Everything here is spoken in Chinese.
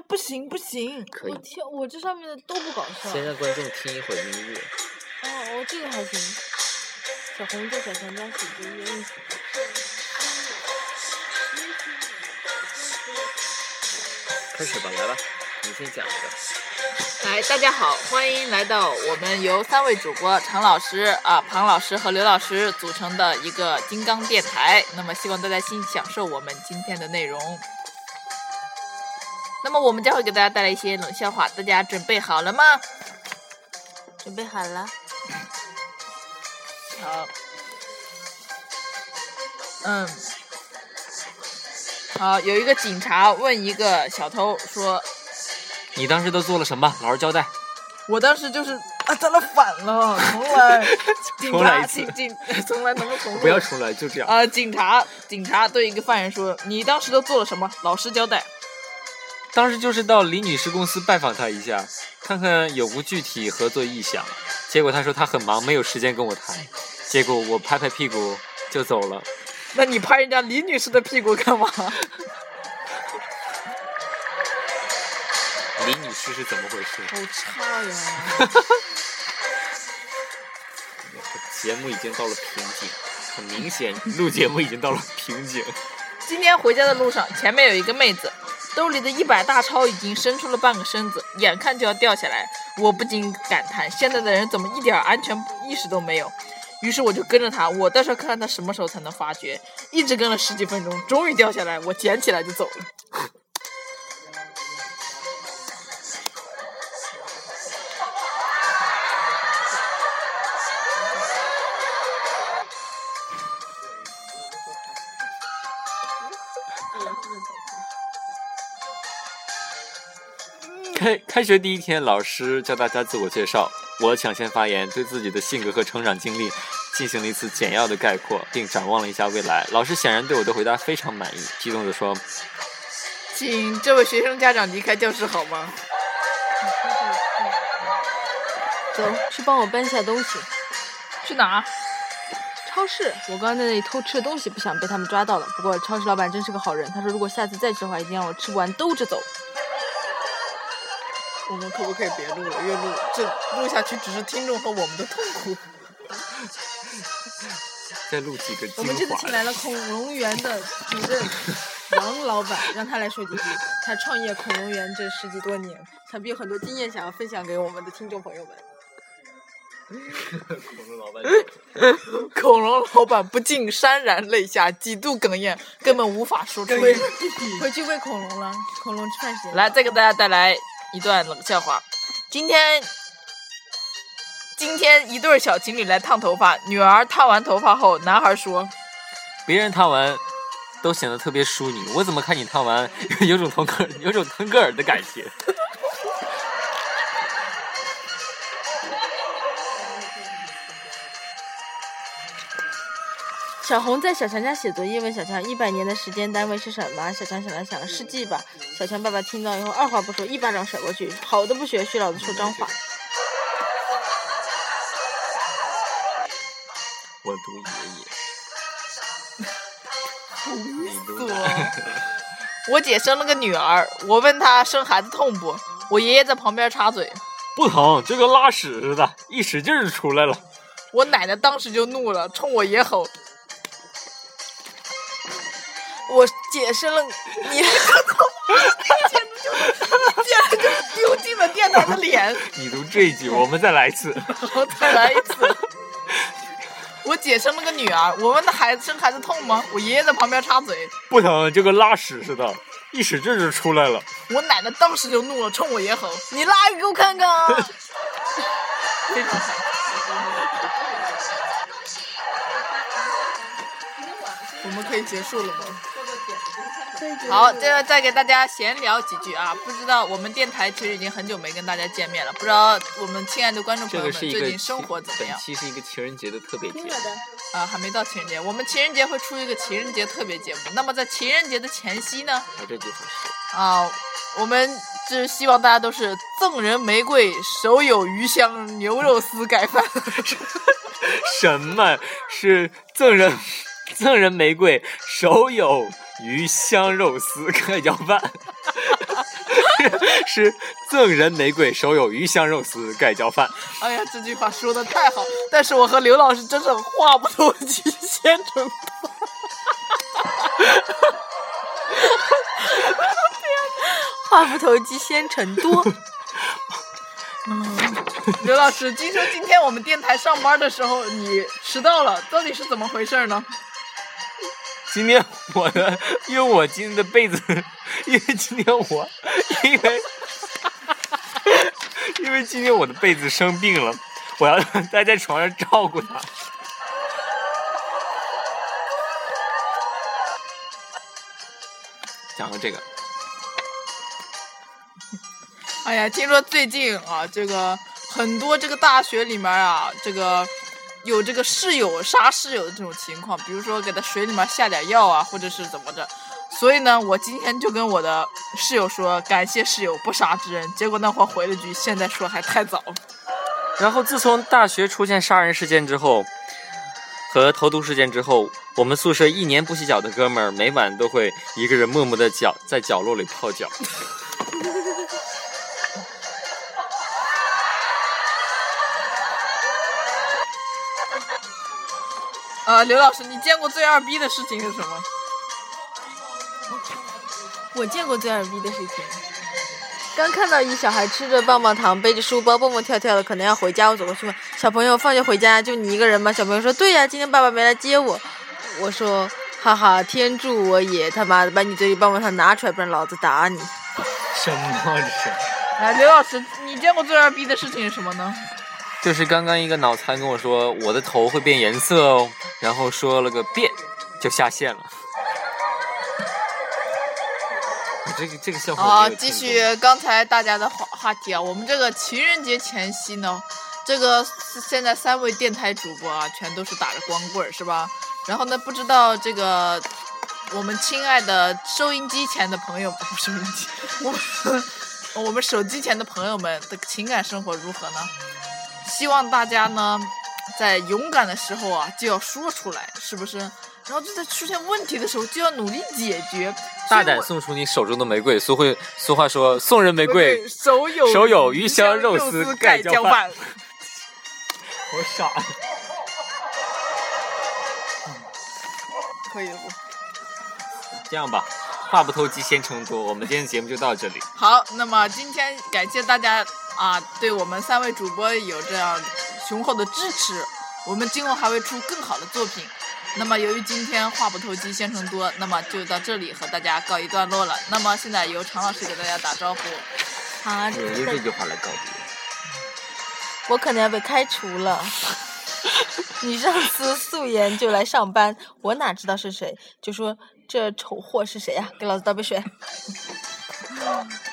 不行不行， 可以。 我这上面的都不搞笑。 先让观众听一会儿音乐。 哦，这个还行。小红在小强家写作业。 开始吧，来吧，你先讲一个。 来，大家好，欢迎来到我们由3位主播常老师、庞老师和刘老师组成的一个金刚电台。那么，希望大家享受我们今天的内容。那么，我们将会给大家带来一些冷笑话，大家准备好了吗？ 准备好了。 好。好，有一个警察问一个小偷说：“ 你当时都做了什么？老实交代。” 我当时就是咱俩反了，重来， 重来一次， 重来能不能重来？ 不要重来，就这样。 警察对一个犯人说：“你当时都做了什么？老实交代。” 当时就是到李女士公司拜访她一下，看看有无具体合作意向。结果她说她很忙，没有时间跟我谈。结果我拍拍屁股就走了。 那你拍人家李女士的屁股干嘛？ 李女士是怎么回事？ 好差呀！ 节目已经到了瓶颈，很明显，录节目已经到了瓶颈。 今天回家的路上，前面有一个妹子，兜里的100大钞已经伸出了半个身子，眼看就要掉下来。我不禁感叹，现在的人怎么一点安全意识都没有？于是我就跟着他，我到时候看看他什么时候才能发觉。一直跟了10几分钟，终于掉下来，我捡起来就走了。 开学第一天，老师教大家自我介绍，我抢先发言，对自己的性格和成长经历进行了一次简要的概括，并展望了一下未来。老师显然对我的回答非常满意，激动地说：“ 请这位学生家长离开教室好吗？” 走，去帮我搬下东西。 去哪？ 超市。我刚刚在那里偷吃的东西，不想被他们抓到了。不过超市老板真是个好人，他说如果下次再吃的话，一定让我吃不完兜着走。 我们可不可以别录了？越录这录下去只是听众和我们的痛苦。 再录几个精华。 我们这次请来了恐龙园的主任王老板，让他来说几句。他创业恐龙园这10几多年，想必有很多经验想要分享给我们的听众朋友们。 恐龙老板不禁潸然泪下，几度哽咽，根本无法说出。 回去喂恐龙了，恐龙吃饭时间。 来，再给大家带来一段冷笑话。今天一对小情侣来烫头发，女儿烫完头发后，男孩说：“ 别人烫完都显得特别淑女，我怎么看你烫完有种腾格尔的感觉。” 小红在小强家写作业，问小强100年的时间单位是什么？小强想了想，世纪吧。小强爸爸听到以后，二话不说，一巴掌甩过去。好的不学，学老子说脏话。 我读爷爷。 你读我姐生了个女儿，我问她生孩子痛不？我爷爷在旁边插嘴：“ 不疼，就跟拉屎似的，一使劲就出来了。” 我奶奶当时就怒了，冲我爷吼：“我姐生了你，简直就是丢尽了电台的脸。” 你读这一句，我们再来一次。 我再来一次。我姐生了个女儿，我问她生孩子痛吗？我爷爷在旁边插嘴：“ 不疼，就跟拉屎似的，一使劲就出来了。” 我奶奶当时就怒了，冲我爷吼：“你拉一个给我看看啊！”非常惨。我们可以结束了吗？好，再给大家闲聊几句啊！不知道我们电台其实已经很久没跟大家见面了，不知道我们亲爱的观众朋友们最近生活怎么样？ 本期是一个情人节的特别节目还没到情人节，我们情人节会出一个情人节特别节目。那么在情人节的前夕呢？ 这句话我们是希望大家都是赠人玫瑰，手有余香牛肉丝盖饭。 什么是赠人玫瑰，手有鱼香肉丝盖浇饭？ 是赠人玫瑰，手有鱼香肉丝盖浇饭。 哎呀，这句话说的太好，但是我和刘老师真是话不投机先成多。 话不投机先成多。 刘老师，听说今天我们电台上班的时候你迟到了，到底是怎么回事呢？ 今天因为我今天的被子，因为今天我的被子生病了，我要待在床上照顾它。讲到这个， 哎呀，听说最近啊，这个很多这个大学里面啊，这个有这个室友杀室友的这种情况，比如说给他水里面下点药啊，或者是怎么着。所以呢，我今天就跟我的室友说，感谢室友不杀之恩。结果那会儿回了句，现在说还太早。 然后自从大学出现杀人事件之后和投毒事件之后，我们宿舍1年不洗脚的哥们儿每晚都会一个人默默的在角落里泡脚。 刘老师，你见过最二逼的事情是什么？ 我见过最二逼的事情。刚看到一小孩吃着棒棒糖，背着书包蹦蹦跳跳的，可能要回家。我走过去问小朋友：“放学回家就你一个人吗？”小朋友说：“对呀，今天爸爸没来接我。”我说：“哈哈，天助我也！他妈的，把你嘴里棒棒糖拿出来，不然老子打你！” 什么这是？ 刘老师，你见过最二逼的事情是什么呢？ 就是刚刚一个脑残跟我说我的头会变颜色哦，然后说了个变，就下线了。这个笑话继续刚才大家的话题啊，我们这个情人节前夕呢，这个现在3位电台主播啊，全都是打着光棍是吧？然后呢，不知道这个我们亲爱的收音机前的朋友，不是收音机，我们手机前的朋友们的情感生活如何呢？希望大家呢，在勇敢的时候啊，就要说出来，是不是？然后就在出现问题的时候，就要努力解决。 大胆送出你手中的玫瑰。俗话说，送人玫瑰， 手有鱼香肉丝盖浇饭。好傻。 可以了不？ 这样吧，话不投机先成多，我们今天的节目就到这里。 好，那么今天感谢大家啊，对我们3位主播有这样雄厚的支持，我们今后还会出更好的作品。那么由于今天话不投机先成多，那么就到这里和大家告一段落了。那么现在由常老师给大家打招呼。 好， 用这句话来告别。 我可能要被开除了。你上次素颜就来上班，我哪知道是谁，就说这丑货是谁呀？给老子倒杯水。